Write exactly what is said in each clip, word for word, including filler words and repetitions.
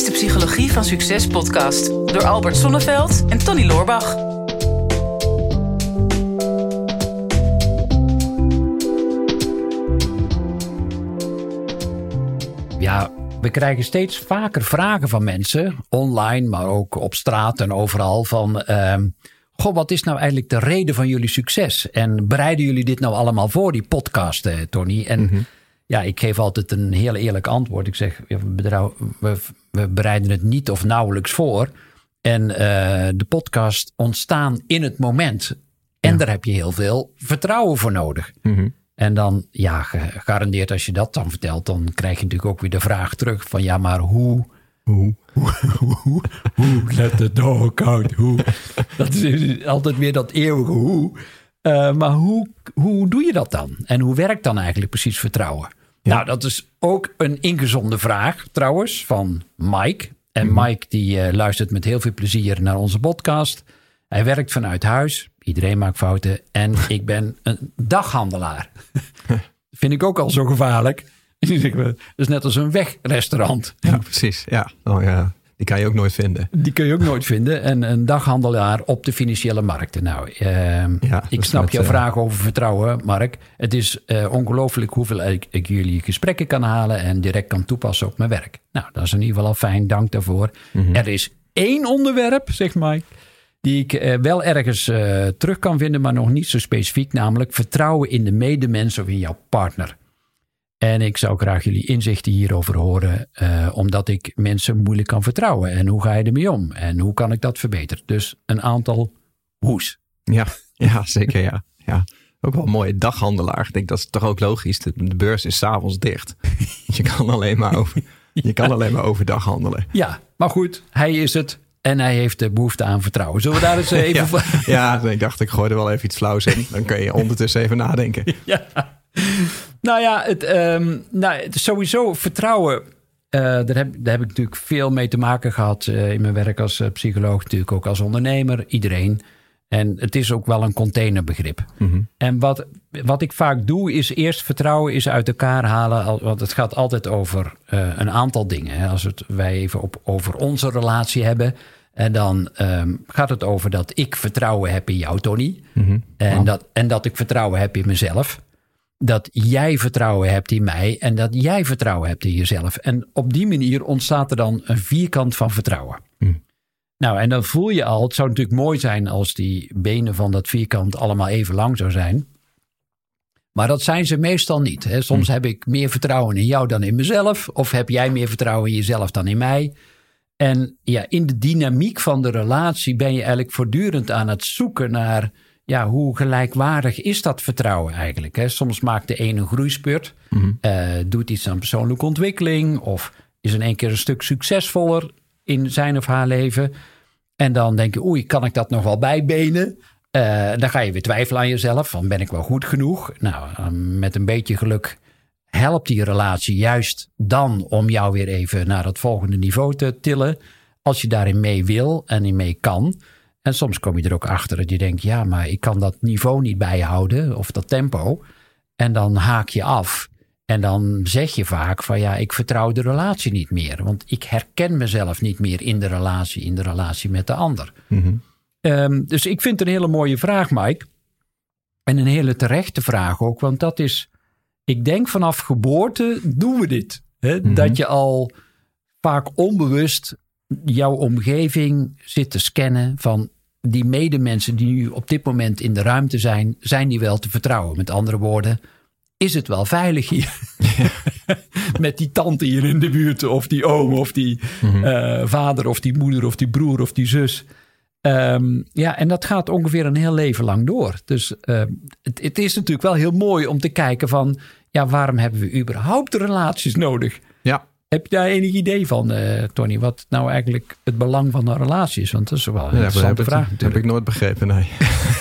de Psychologie van Succes podcast door Albert Sonneveld en Tony Loorbach. Ja, we krijgen steeds vaker vragen van mensen, online, maar ook op straat en overal, van Uh, goh, wat is nou eigenlijk de reden van jullie succes? En bereiden jullie dit nou allemaal voor, die podcast, eh, Tony? En mm-hmm. ja, ik geef altijd een heel eerlijk antwoord. Ik zeg, ja, we, bedrouw, we, we bereiden het niet of nauwelijks voor. En uh, de podcast ontstaan in het moment. En ja. daar heb je heel veel vertrouwen voor nodig. Mm-hmm. En dan, ja, gegarandeerd als je dat dan vertelt, dan krijg je natuurlijk ook weer de vraag terug van, ja, maar hoe... Hoe? Hoe? Hoe? Hoe? Let the dog out. Hoe? Dat is altijd weer dat eeuwige hoe. Uh, maar hoe, hoe doe je dat dan? En hoe werkt dan eigenlijk precies vertrouwen? Ja. Nou, dat is ook een ingezonde vraag trouwens van Mike. En mm-hmm. Mike die uh, luistert met heel veel plezier naar onze podcast. Hij werkt vanuit huis. Iedereen maakt fouten. En ik ben een daghandelaar. Vind ik ook al zo gevaarlijk. Dat is net als een wegrestaurant. Ja, precies. Ja. Oh, ja. Die kan je ook nooit vinden. Die kun je ook nooit vinden. En een daghandelaar op de financiële markten. Nou, uh, ja, ik snap met, jouw uh, vraag over vertrouwen, Mark. Het is uh, ongelooflijk hoeveel ik, ik jullie gesprekken kan halen en direct kan toepassen op mijn werk. Nou, dat is in ieder geval al fijn. Dank daarvoor. Mm-hmm. Er is één onderwerp, zegt Mike, die ik uh, wel ergens uh, terug kan vinden, maar nog niet zo specifiek. Namelijk vertrouwen in de medemens of in jouw partner. En ik zou graag jullie inzichten hierover horen, uh, omdat ik mensen moeilijk kan vertrouwen. En hoe ga je ermee om? En hoe kan ik dat verbeteren? Dus een aantal hoes. Ja, ja zeker ja. ja. Ook wel een mooie daghandelaar. Ik denk dat is toch ook logisch. De, de beurs is 's avonds dicht. Je kan alleen maar over, je kan alleen maar overdag handelen. Ja, maar goed, hij is het. En hij heeft de behoefte aan vertrouwen. Zullen we daar eens even... ja, ja, ik dacht ik gooi er wel even iets flauws in. Dan kun je ondertussen even nadenken. Ja. Nou ja, het, um, nou, het is sowieso vertrouwen. Uh, daar, heb, daar heb ik natuurlijk veel mee te maken gehad uh, in mijn werk als uh, psycholoog. Natuurlijk ook als ondernemer, iedereen. En het is ook wel een containerbegrip. Mm-hmm. En wat, wat ik vaak doe is eerst vertrouwen is uit elkaar halen. Want het gaat altijd over uh, een aantal dingen. Hè. Als het, wij even op, over onze relatie hebben. En dan um, gaat het over dat ik vertrouwen heb in jou, Tony. Mm-hmm. En, wow. dat, en dat ik vertrouwen heb in mezelf. Dat jij vertrouwen hebt in mij en dat jij vertrouwen hebt in jezelf. En op die manier ontstaat er dan een vierkant van vertrouwen. Mm. Nou, en dan voel je al, het zou natuurlijk mooi zijn als die benen van dat vierkant allemaal even lang zou zijn. Maar dat zijn ze meestal niet. Hè. Soms mm. heb ik meer vertrouwen in jou dan in mezelf. Of heb jij meer vertrouwen in jezelf dan in mij. En ja, in de dynamiek van de relatie ben je eigenlijk voortdurend aan het zoeken naar... Ja, hoe gelijkwaardig is dat vertrouwen eigenlijk? Hè? Soms maakt de een een groeispurt, mm-hmm. uh, doet iets aan persoonlijke ontwikkeling... of is in één keer een stuk succesvoller in zijn of haar leven. En dan denk je, oei, kan ik dat nog wel bijbenen? Uh, dan ga je weer twijfelen aan jezelf, van ben ik wel goed genoeg? Nou, uh, met een beetje geluk helpt die relatie juist dan... om jou weer even naar het volgende niveau te tillen... als je daarin mee wil en in mee kan... En soms kom je er ook achter dat je denkt... ja, maar ik kan dat niveau niet bijhouden of dat tempo. En dan haak je af. En dan zeg je vaak van ja, ik vertrouw de relatie niet meer. Want ik herken mezelf niet meer in de relatie, in de relatie met de ander. Mm-hmm. Um, dus ik vind het een hele mooie vraag, Mike. En een hele terechte vraag ook. Want dat is, ik denk vanaf geboorte doen we dit. Hè? Mm-hmm. Dat je al vaak onbewust jouw omgeving zit te scannen van... die medemensen die nu op dit moment in de ruimte zijn... zijn die wel te vertrouwen? Met andere woorden, is het wel veilig hier? Ja. Met die tante hier in de buurt... of die oom of die mm-hmm. uh, vader of die moeder of die broer of die zus. Um, ja, en dat gaat ongeveer een heel leven lang door. Dus uh, het, het is natuurlijk wel heel mooi om te kijken van... ja, waarom hebben we überhaupt relaties nodig? Ja. Heb je daar enig idee van, uh, Tony, wat nou eigenlijk het belang van een relatie is? Want dat is wel een ja, interessante heb vraag. Dat heb ik nooit begrepen, nee.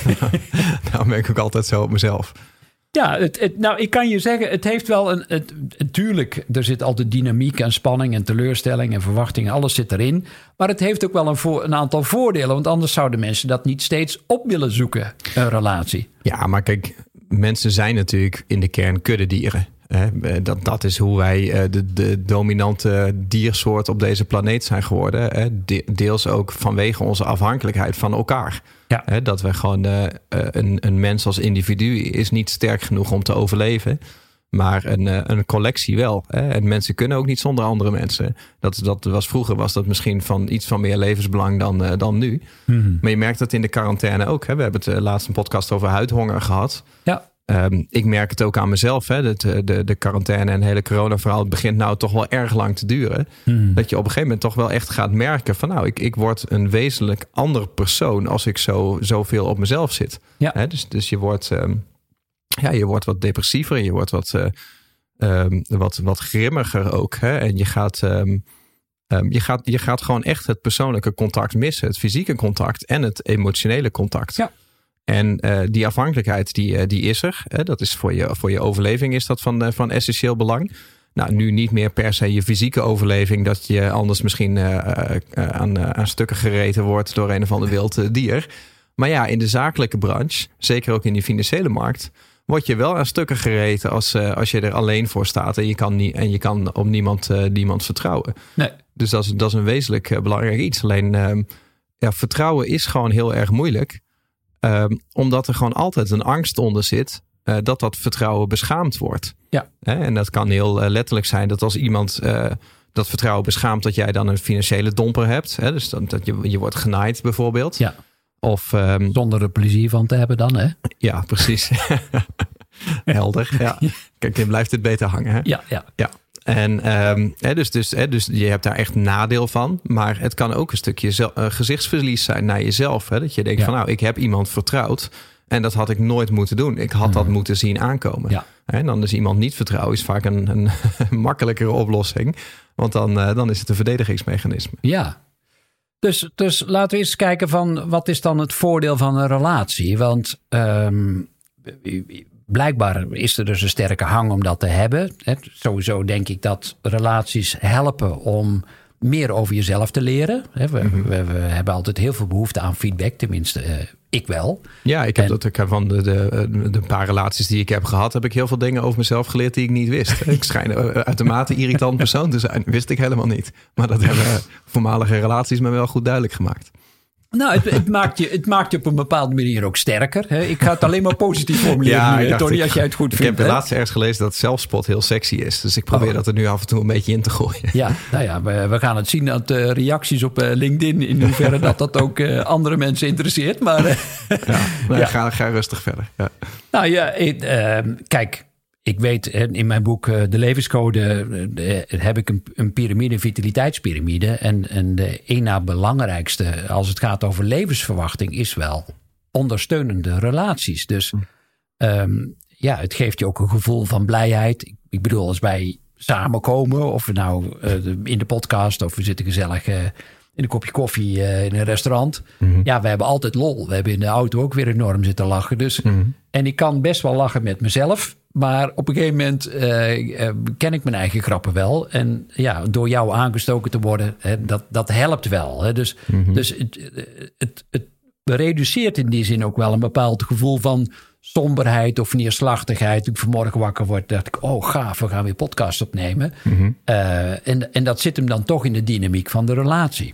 Daarom ben ik ook altijd zo op mezelf. Ja, het, het, nou ik kan je zeggen, het heeft wel een... Het, het, tuurlijk, er zit altijd dynamiek en spanning en teleurstelling en verwachtingen. Alles zit erin. Maar het heeft ook wel een, voor, een aantal voordelen. Want anders zouden mensen dat niet steeds op willen zoeken, een relatie. Ja, maar kijk... Mensen zijn natuurlijk in de kern kuddedieren. Hè, dat, dat is hoe wij de, de dominante diersoort op deze planeet zijn geworden. Hè. De, deels ook vanwege onze afhankelijkheid van elkaar. Ja. Hè, dat we gewoon uh, een, een mens als individu is niet sterk genoeg om te overleven. Maar een, een collectie wel. Hè. En mensen kunnen ook niet zonder andere mensen. Dat, dat was, vroeger was dat misschien van iets van meer levensbelang dan, uh, dan nu. Mm-hmm. Maar je merkt dat in de quarantaine ook. Hè. We hebben het uh, laatst een podcast over huidhonger gehad. Ja. Um, ik merk het ook aan mezelf. Hè. De, de, de quarantaine en het hele corona-verhaal begint nou toch wel erg lang te duren. Mm. Dat je op een gegeven moment toch wel echt gaat merken van nou, ik, ik word een wezenlijk ander persoon als ik zo zoveel op mezelf zit. Ja. Hè, dus, dus je wordt, um, ja, je wordt wat depressiever. Je wordt wat, uh, um, wat, wat grimmiger ook. Hè. En je gaat, um, um, je, gaat, je gaat gewoon echt het persoonlijke contact missen. Het fysieke contact en het emotionele contact. Ja. En uh, die afhankelijkheid, die, uh, die is er. Hè? Dat is voor je, voor je overleving is dat van, uh, van essentieel belang. Nou, nu niet meer per se je fysieke overleving, dat je anders misschien uh, uh, aan, uh, aan stukken gereten wordt door een of ander wild uh, dier. Maar ja, in de zakelijke branche, zeker ook in die financiële markt, word je wel aan stukken gereten als, uh, als je er alleen voor staat en je kan, nie, en je kan op niemand, uh, niemand vertrouwen. Nee. Dus dat is, dat is een wezenlijk uh, belangrijk iets. Alleen uh, ja, vertrouwen is gewoon heel erg moeilijk. Um, omdat er gewoon altijd een angst onder zit uh, dat dat vertrouwen beschaamd wordt. Ja. He, en dat kan heel uh, letterlijk zijn dat als iemand uh, dat vertrouwen beschaamt, dat jij dan een financiële domper hebt. Hè? Dus dat, dat je, je wordt genaaid bijvoorbeeld. Ja. Of, um, zonder er plezier van te hebben dan, hè? Ja, precies. Helder. Ja. Kijk, dan blijft het beter hangen. Hè? Ja, ja. ja. En um, hè, dus, dus, hè, dus je hebt daar echt nadeel van. Maar het kan ook een stukje zel- uh, gezichtsverlies zijn naar jezelf. Hè? Dat je denkt ja. van nou, ik heb iemand vertrouwd. En dat had ik nooit moeten doen. Ik had mm. dat moeten zien aankomen. Ja. En dan is iemand niet vertrouwen is vaak een, een makkelijkere oplossing. Want dan, uh, dan is het een verdedigingsmechanisme. Ja. Dus, dus laten we eens kijken van wat is dan het voordeel van een relatie? Want um, blijkbaar is er dus een sterke hang om dat te hebben. He, sowieso denk ik dat relaties helpen om meer over jezelf te leren. He, we, mm-hmm. we, we hebben altijd heel veel behoefte aan feedback, tenminste uh, ik wel. Ja, ik heb en, dat ik heb van de, de, de paar relaties die ik heb gehad, heb ik heel veel dingen over mezelf geleerd die ik niet wist. Ik schijn een uitermate irritant persoon te zijn. Wist ik helemaal niet. Maar dat hebben voormalige relaties me wel goed duidelijk gemaakt. Nou, het, het, maakt je, het maakt je op een bepaalde manier ook sterker. Hè? Ik ga het alleen maar positief formuleren ja, nu, Tony, als jij het goed ik vindt. Ik heb laatst ergens gelezen dat zelfspot heel sexy is. Dus ik probeer oh. dat er nu af en toe een beetje in te gooien. Ja, nou ja, we, we gaan het zien aan de reacties op uh, LinkedIn. In hoeverre dat dat ook uh, andere mensen interesseert. Maar uh, ja, nou, ja. Ga, ga rustig verder. Ja. Nou ja, ik, uh, kijk... Ik weet, in mijn boek De Levenscode heb ik een, een piramide, een vitaliteitspyramide. En, en de één na belangrijkste als het gaat over levensverwachting is wel ondersteunende relaties. Dus um, ja, het geeft je ook een gevoel van blijheid. Ik bedoel, als wij samenkomen, of we nou uh, in de podcast of we zitten gezellig uh, in een kopje koffie uh, in een restaurant. Mm-hmm. Ja, we hebben altijd lol. We hebben in de auto ook weer enorm zitten lachen. Dus, mm-hmm. En ik kan best wel lachen met mezelf. Maar op een gegeven moment uh, uh, ken ik mijn eigen grappen wel. En ja, door jou aangestoken te worden, hè, dat, dat helpt wel. Hè. Dus, mm-hmm. dus het, het, het reduceert in die zin ook wel een bepaald gevoel van somberheid of neerslachtigheid. Toen ik vanmorgen wakker word, dacht ik, oh gaaf, we gaan weer podcast opnemen. Mm-hmm. Uh, en, en dat zit hem dan toch in de dynamiek van de relatie.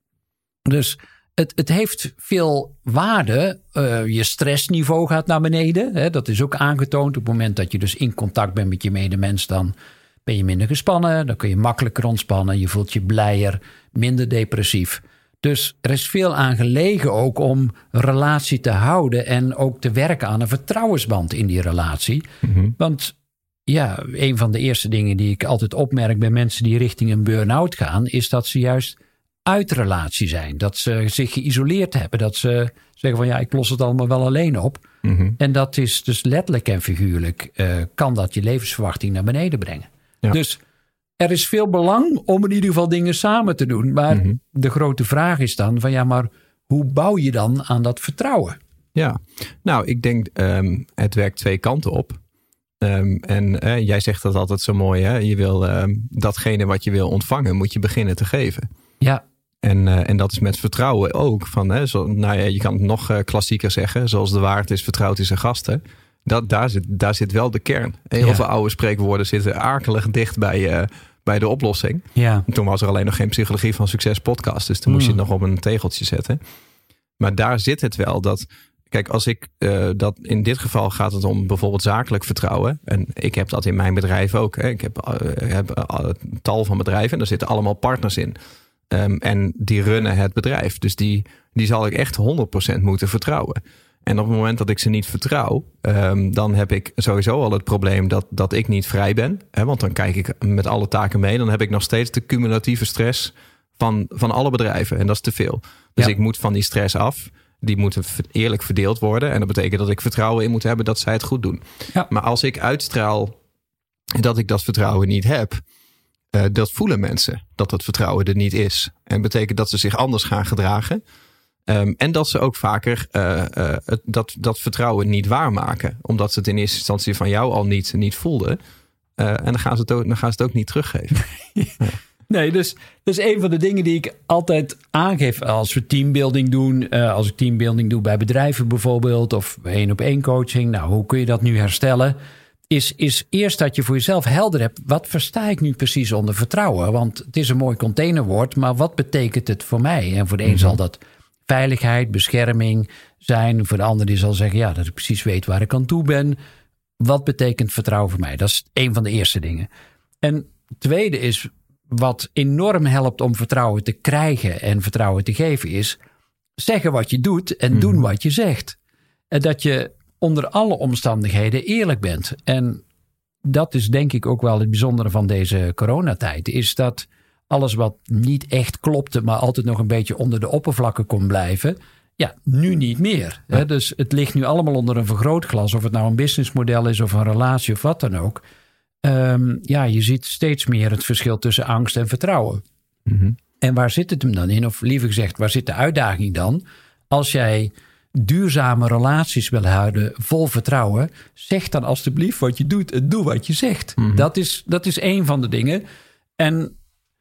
Dus het, het heeft veel waarde. Uh, je stressniveau gaat naar beneden. Hè, dat is ook aangetoond. Op het moment dat je dus in contact bent met je medemens, dan ben je minder gespannen. Dan kun je makkelijker ontspannen. Je voelt je blijer, minder depressief. Dus er is veel aan gelegen ook om relatie te houden en ook te werken aan een vertrouwensband in die relatie. Mm-hmm. Want ja, een van de eerste dingen die ik altijd opmerk bij mensen die richting een burn-out gaan, is dat ze juist uit relatie zijn. Dat ze zich geïsoleerd hebben. Dat ze zeggen van ja, ik los het allemaal wel alleen op. Mm-hmm. En dat is dus letterlijk en figuurlijk uh, kan dat je levensverwachting naar beneden brengen. Ja. Dus er is veel belang om in ieder geval dingen samen te doen. Maar mm-hmm. de grote vraag is dan van ja, maar hoe bouw je dan aan dat vertrouwen? Ja, nou ik denk um, het werkt twee kanten op. Um, en uh, jij zegt dat altijd zo mooi. Hè? Je wil um, datgene wat je wil ontvangen, moet je beginnen te geven. Ja. En, uh, en dat is met vertrouwen ook. Van, hè, zo, nou ja, je kan het nog uh, klassieker zeggen. Zoals de waard is, vertrouwt is zijn gasten. Dat, daar, zit, daar zit wel de kern. Heel ja. veel oude spreekwoorden zitten akelig dicht bij, uh, bij de oplossing. Ja. En toen was er alleen nog geen Psychologie van Succes podcast. Dus toen mm. moest je het nog op een tegeltje zetten. Maar daar zit het wel. Dat, kijk, als ik uh, dat in dit geval gaat het om bijvoorbeeld zakelijk vertrouwen. En ik heb dat in mijn bedrijf ook. Hè. Ik heb, uh, heb uh, een tal van bedrijven en daar zitten allemaal partners in. Um, en die runnen het bedrijf. Dus die, die zal ik echt honderd procent moeten vertrouwen. En op het moment dat ik ze niet vertrouw, um, dan heb ik sowieso al het probleem dat, dat ik niet vrij ben. Hè, want dan kijk ik met alle taken mee. Dan heb ik nog steeds de cumulatieve stress van, van alle bedrijven. En dat is te veel. Dus ja. ik moet van die stress af. Die moeten eerlijk verdeeld worden. En dat betekent dat ik vertrouwen in moet hebben dat zij het goed doen. Ja. Maar als ik uitstraal dat ik dat vertrouwen niet heb, uh, dat voelen mensen dat dat vertrouwen er niet is. En betekent dat ze zich anders gaan gedragen. Um, en dat ze ook vaker uh, uh, dat, dat vertrouwen niet waarmaken. Omdat ze het in eerste instantie van jou al niet, niet voelden. Uh, en dan gaan, ze het ook, dan gaan ze het ook niet teruggeven. ja. Nee, dus, dus een van de dingen die ik altijd aangeef als we teambuilding doen. Uh, als ik teambuilding doe bij bedrijven bijvoorbeeld. Of één op één coaching. Nou, hoe kun je dat nu herstellen? Is, is eerst dat je voor jezelf helder hebt. Wat versta ik nu precies onder vertrouwen? Want het is een mooi containerwoord. Maar wat betekent het voor mij? En voor de een mm-hmm. zal dat veiligheid, bescherming zijn. Voor de ander die zal zeggen, ja, dat ik precies weet waar ik aan toe ben. Wat betekent vertrouwen voor mij? Dat is een van de eerste dingen. En het tweede is, wat enorm helpt om vertrouwen te krijgen en vertrouwen te geven, is zeggen wat je doet en mm. doen wat je zegt. En dat je onder alle omstandigheden eerlijk bent. En dat is denk ik ook wel het bijzondere van deze coronatijd, is dat alles wat niet echt klopte, maar altijd nog een beetje onder de oppervlakte kon blijven, ja, nu niet meer. Ja. Hè? Dus het ligt nu allemaal onder een vergrootglas, of het nou een businessmodel is of een relatie of wat dan ook. Um, ja, je ziet steeds meer het verschil tussen angst en vertrouwen. Mm-hmm. En waar zit het hem dan in? Of liever gezegd, waar zit de uitdaging dan? Als jij duurzame relaties wil houden, vol vertrouwen, zeg dan alstublieft wat je doet en doe wat je zegt. Mm-hmm. Dat is, dat is één van de dingen. En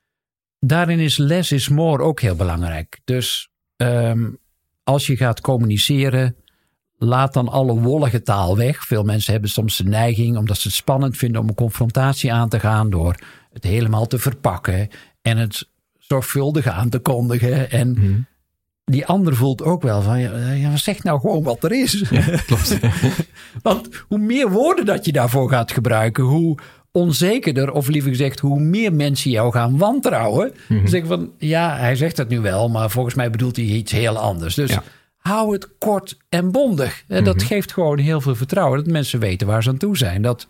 daarin is less is more ook heel belangrijk. Dus um, als je gaat communiceren, laat dan alle wollige taal weg. Veel mensen hebben soms de neiging, omdat ze het spannend vinden om een confrontatie aan te gaan, door het helemaal te verpakken en het zorgvuldig aan te kondigen. En mm. die ander voelt ook wel van, ja, zeg nou gewoon wat er is. Ja, klopt. Want hoe meer woorden dat je daarvoor gaat gebruiken, hoe onzekerder, of liever gezegd, hoe meer mensen jou gaan wantrouwen. Mm-hmm. Zeggen van, ja, hij zegt dat nu wel, maar volgens mij bedoelt hij iets heel anders. Dus ja. hou het kort en bondig. En dat mm-hmm. geeft gewoon heel veel vertrouwen. Dat mensen weten waar ze aan toe zijn. Dat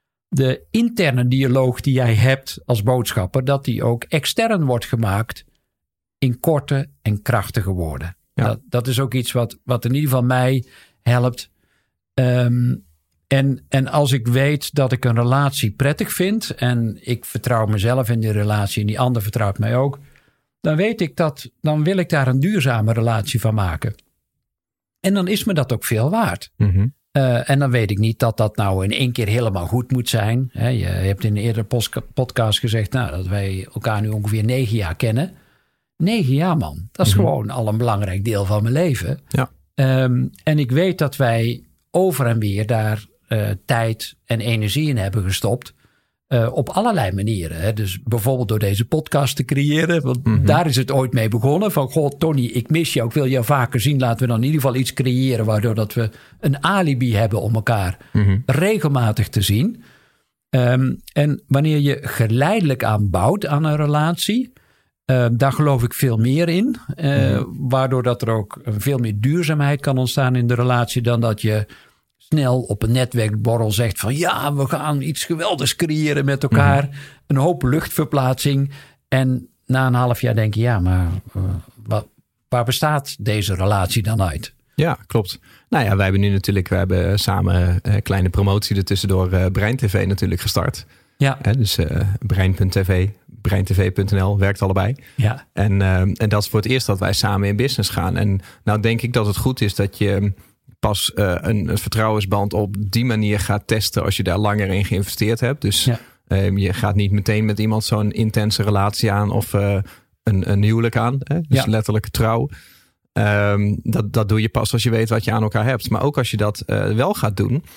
de interne dialoog die jij hebt als boodschapper, dat die ook extern wordt gemaakt in korte en krachtige woorden. Ja. Dat, dat is ook iets wat, wat in ieder geval mij helpt. Um, en, en als ik weet dat ik een relatie prettig vind en ik vertrouw mezelf in die relatie en die ander vertrouwt mij ook, dan weet ik dat, dan wil ik daar een duurzame relatie van maken. En dan is me dat ook veel waard. Mm-hmm. Uh, en dan weet ik niet dat dat nou in één keer helemaal goed moet zijn. He, je hebt in een eerdere podcast gezegd, nou, dat wij elkaar nu ongeveer negen jaar kennen. Negen jaar, man. Dat is mm-hmm. gewoon al een belangrijk deel van mijn leven. Ja. Um, en ik weet dat wij over en weer daar uh, tijd en energie in hebben gestopt. Uh, op allerlei manieren. Hè. Dus bijvoorbeeld door deze podcast te creëren. Want mm-hmm. daar is het ooit mee begonnen. Van, goh, Tony, ik mis jou. Ik wil jou vaker zien. Laten we dan in ieder geval iets creëren, waardoor dat we een alibi hebben om elkaar mm-hmm. regelmatig te zien. Um, en wanneer je geleidelijk aanbouwt aan een relatie, Uh, daar geloof ik veel meer in. Uh, mm. Waardoor dat er ook veel meer duurzaamheid kan ontstaan in de relatie, dan dat je snel op een netwerkborrel zegt van, ja, we gaan iets geweldigs creëren met elkaar. Mm. Een hoop luchtverplaatsing. En na een half jaar denk je, ja, maar uh, waar, waar bestaat deze relatie dan uit? Ja, klopt. Nou ja, wij hebben nu natuurlijk, we hebben samen een kleine promotie er tussendoor uh, Brein T V natuurlijk gestart. Ja. He, dus uh, brein punt t v, brein t v punt n l, werkt allebei. Ja. En, uh, en dat is voor het eerst dat wij samen in business gaan. En nou denk ik dat het goed is dat je pas uh, een, een vertrouwensband op die manier gaat testen als je daar langer in geïnvesteerd hebt. Dus ja. uh, je gaat niet meteen met iemand zo'n intense relatie aan of uh, een, een huwelijk aan. Hè? Dus ja. letterlijk trouw. Um, dat, dat doe je pas als je weet wat je aan elkaar hebt. Maar ook als je dat uh, wel gaat doen,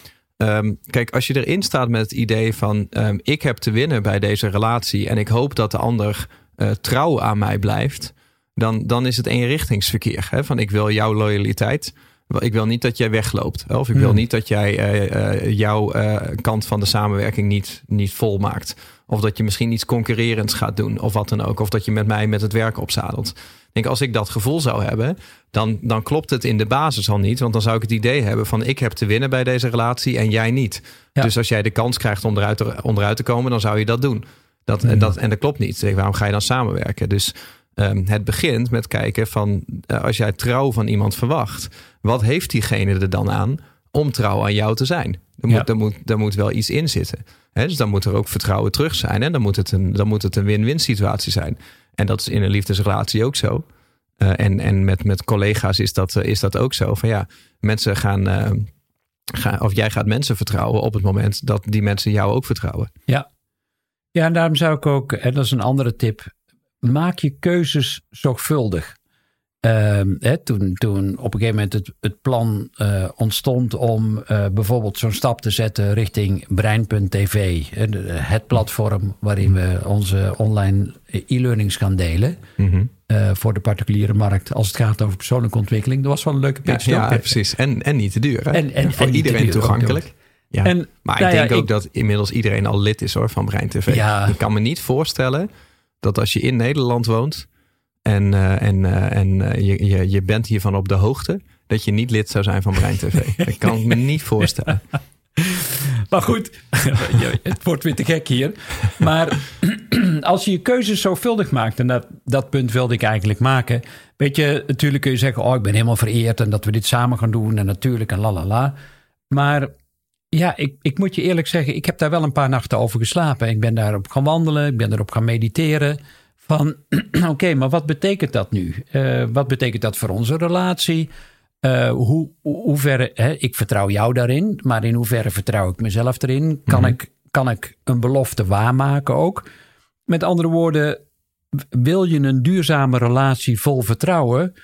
Um, kijk, als je erin staat met het idee van um, ik heb te winnen bij deze relatie en ik hoop dat de ander uh, trouw aan mij blijft, dan, dan is het eenrichtingsverkeer. Hè? Van ik wil jouw loyaliteit. Ik wil niet dat jij wegloopt. Of ik wil hmm. niet dat jij uh, uh, jouw uh, kant van de samenwerking niet, niet volmaakt. Of dat je misschien iets concurrerends gaat doen. Of wat dan ook. Of dat je met mij met het werk opzadelt. Ik denk, als ik dat gevoel zou hebben, dan, dan klopt het in de basis al niet. Want dan zou ik het idee hebben van ik heb te winnen bij deze relatie en jij niet. Ja. Dus als jij de kans krijgt om eruit te, onderuit te komen, dan zou je dat doen. Dat, hmm. dat, en dat klopt niet. Waarom ga je dan samenwerken? Dus um, het begint met kijken van uh, als jij trouw van iemand verwacht, wat heeft diegene er dan aan om trouw aan jou te zijn? Er moet, ja. er moet, er moet wel iets in zitten. He, dus dan moet er ook vertrouwen terug zijn. En dan moet het een, dan moet het een win-win situatie zijn. En dat is in een liefdesrelatie ook zo. Uh, en en met, met collega's is dat, uh, is dat ook zo. Van ja, mensen gaan, uh, gaan... Of jij gaat mensen vertrouwen op het moment dat die mensen jou ook vertrouwen. Ja, ja en daarom zou ik ook... En dat is een andere tip. Maak je keuzes zorgvuldig. Uh, hè, toen, toen op een gegeven moment het, het plan uh, ontstond om uh, bijvoorbeeld zo'n stap te zetten richting Brein punt t v. Het platform waarin we onze online e-learnings gaan delen. Mm-hmm. Uh, voor de particuliere markt als het gaat over persoonlijke ontwikkeling. Dat was wel een leuke pitch. Ja, ja precies. En, en niet te duur. Hè? En, en, voor en iedereen duur, toegankelijk. Ja. En, maar ik nou denk ja, ook ik, dat inmiddels iedereen al lid is hoor van Brein punt t v. Ja. Ik kan me niet voorstellen dat als je in Nederland woont en, uh, en, uh, en uh, je, je, je bent hiervan op de hoogte, dat je niet lid zou zijn van Brein punt t v. Dat kan ik me niet voorstellen. Maar goed, het wordt weer te gek hier. Maar als je je keuzes zorgvuldig maakt, en dat, dat punt wilde ik eigenlijk maken. Weet je, natuurlijk kun je zeggen, oh, ik ben helemaal vereerd en dat we dit samen gaan doen en natuurlijk en lalala. Maar ja, ik, ik moet je eerlijk zeggen, ik heb daar wel een paar nachten over geslapen. Ik ben daarop gaan wandelen, ik ben erop gaan mediteren. Van, oké, okay, maar wat betekent dat nu? Uh, wat betekent dat voor onze relatie? Uh, hoe, hoe verre, hè, ik vertrouw jou daarin, maar in hoeverre vertrouw ik mezelf erin? Kan, mm-hmm. ik, kan ik een belofte waarmaken ook? Met andere woorden, wil je een duurzame relatie vol vertrouwen?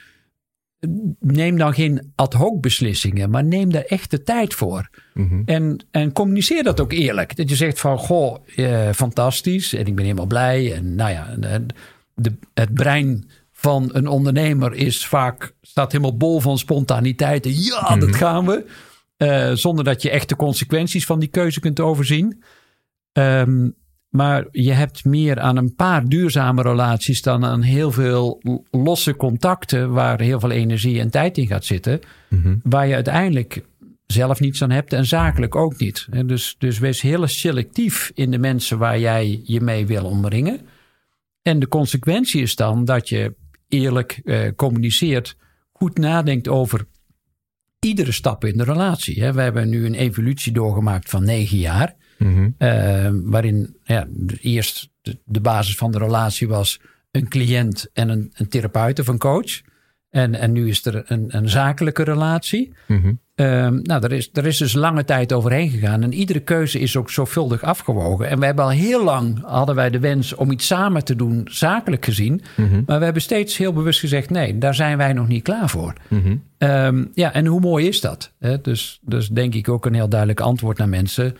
Neem dan geen ad hoc beslissingen, maar neem daar echt de tijd voor. Mm-hmm. En, en communiceer dat ook eerlijk. Dat je zegt van, goh, eh, fantastisch en ik ben helemaal blij. En nou ja, de, het brein van een ondernemer is vaak, staat helemaal bol van spontaniteit. En ja, mm-hmm. dat gaan we. Uh, zonder dat je echt de consequenties van die keuze kunt overzien. Um, maar je hebt meer aan een paar duurzame relaties dan aan heel veel losse contacten waar heel veel energie en tijd in gaat zitten. Mm-hmm. Waar je uiteindelijk zelf niets aan hebt en zakelijk ook niet. En dus, dus wees heel selectief in de mensen waar jij je mee wil omringen. En de consequentie is dan dat je eerlijk uh, communiceert, goed nadenkt over iedere stap in de relatie. Hè. We hebben nu een evolutie doorgemaakt van negen jaar. Mm-hmm. Uh, waarin ja, eerst de, de basis van de relatie was een cliënt en een, een therapeut of een coach. En, en nu is er een, een zakelijke relatie. Mm-hmm. Uh, nou, er is, er is dus lange tijd overheen gegaan. En iedere keuze is ook zorgvuldig afgewogen. En we hebben al heel lang, hadden wij de wens om iets samen te doen, zakelijk gezien. Mm-hmm. Maar we hebben steeds heel bewust gezegd, nee, daar zijn wij nog niet klaar voor. Mm-hmm. Um, ja, en hoe mooi is dat? Hè? Dus, dus denk ik ook een heel duidelijk antwoord naar mensen.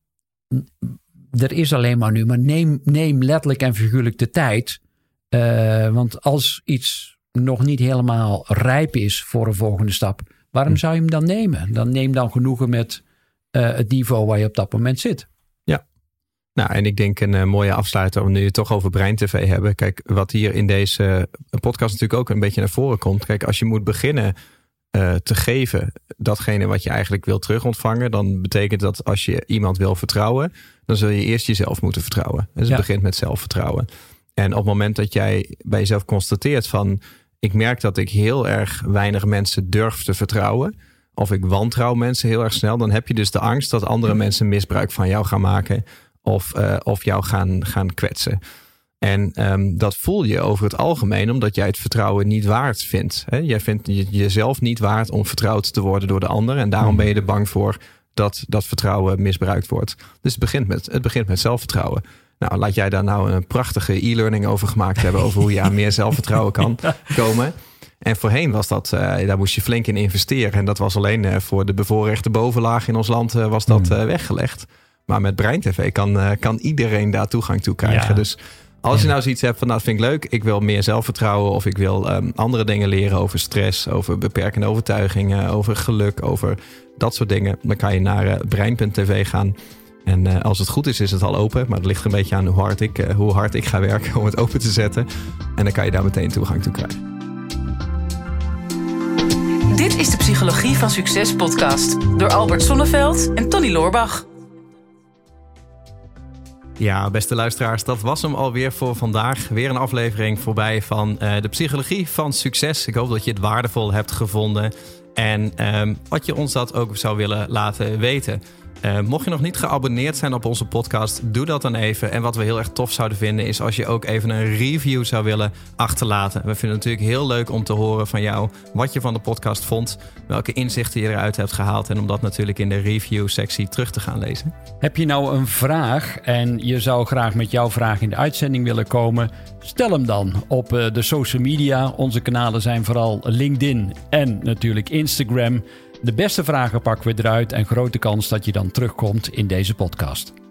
Er is alleen maar nu, maar neem, neem letterlijk en figuurlijk de tijd. Uh, want als iets nog niet helemaal rijp is voor een volgende stap, waarom zou je hem dan nemen? Dan neem dan genoegen met uh, het niveau waar je op dat moment zit. Ja, nou en ik denk een uh, mooie afsluiter om nu het toch over Brein T V hebben. Kijk, wat hier in deze podcast natuurlijk ook een beetje naar voren komt. Kijk, als je moet beginnen uh, te geven datgene wat je eigenlijk wil terugontvangen, dan betekent dat als je iemand wil vertrouwen, dan zul je eerst jezelf moeten vertrouwen. Dus ja. Het begint met zelfvertrouwen. En op het moment dat jij bij jezelf constateert van, ik merk dat ik heel erg weinig mensen durf te vertrouwen, of ik wantrouw mensen heel erg snel, dan heb je dus de angst dat andere mensen misbruik van jou gaan maken of, uh, of jou gaan, gaan kwetsen. En um, dat voel je over het algemeen omdat jij het vertrouwen niet waard vindt. Hè? Jij vindt je, jezelf niet waard om vertrouwd te worden door de ander. En daarom ben je er bang voor dat dat vertrouwen misbruikt wordt. Dus het begint met, het begint met zelfvertrouwen. Nou, laat jij daar nou een prachtige e-learning over gemaakt hebben, over hoe je aan meer zelfvertrouwen kan komen. En voorheen was dat, uh, daar moest je flink in investeren. En dat was alleen uh, voor de bevoorrechte bovenlaag in ons land uh, was dat uh, weggelegd. Maar met BreinTV kan, uh, kan iedereen daar toegang toe krijgen. Ja. Dus als je nou zoiets hebt van, nou, dat vind ik leuk. Ik wil meer zelfvertrouwen of ik wil um, andere dingen leren over stress, over beperkende overtuigingen, over geluk, over dat soort dingen. Dan kan je naar uh, brein punt tv gaan. En uh, als het goed is, is het al open. Maar het ligt er een beetje aan hoe hard ik, uh, hoe hard ik ga werken om het open te zetten. En dan kan je daar meteen toegang toe krijgen. Dit is de Psychologie van Succes podcast door Albert Sonneveld en Tony Loorbach. Ja, beste luisteraars, dat was hem alweer voor vandaag. Weer een aflevering voorbij van uh, de Psychologie van Succes. Ik hoop dat je het waardevol hebt gevonden en um, wat je ons dat ook zou willen laten weten. Uh, mocht je nog niet geabonneerd zijn op onze podcast, doe dat dan even. En wat we heel erg tof zouden vinden is als je ook even een review zou willen achterlaten. We vinden het natuurlijk heel leuk om te horen van jou wat je van de podcast vond, welke inzichten je eruit hebt gehaald en om dat natuurlijk in de review-sectie terug te gaan lezen. Heb je nou een vraag en je zou graag met jouw vraag in de uitzending willen komen? Stel hem dan op de social media. Onze kanalen zijn vooral LinkedIn en natuurlijk Instagram. De beste vragen pakken we eruit en grote kans dat je dan terugkomt in deze podcast.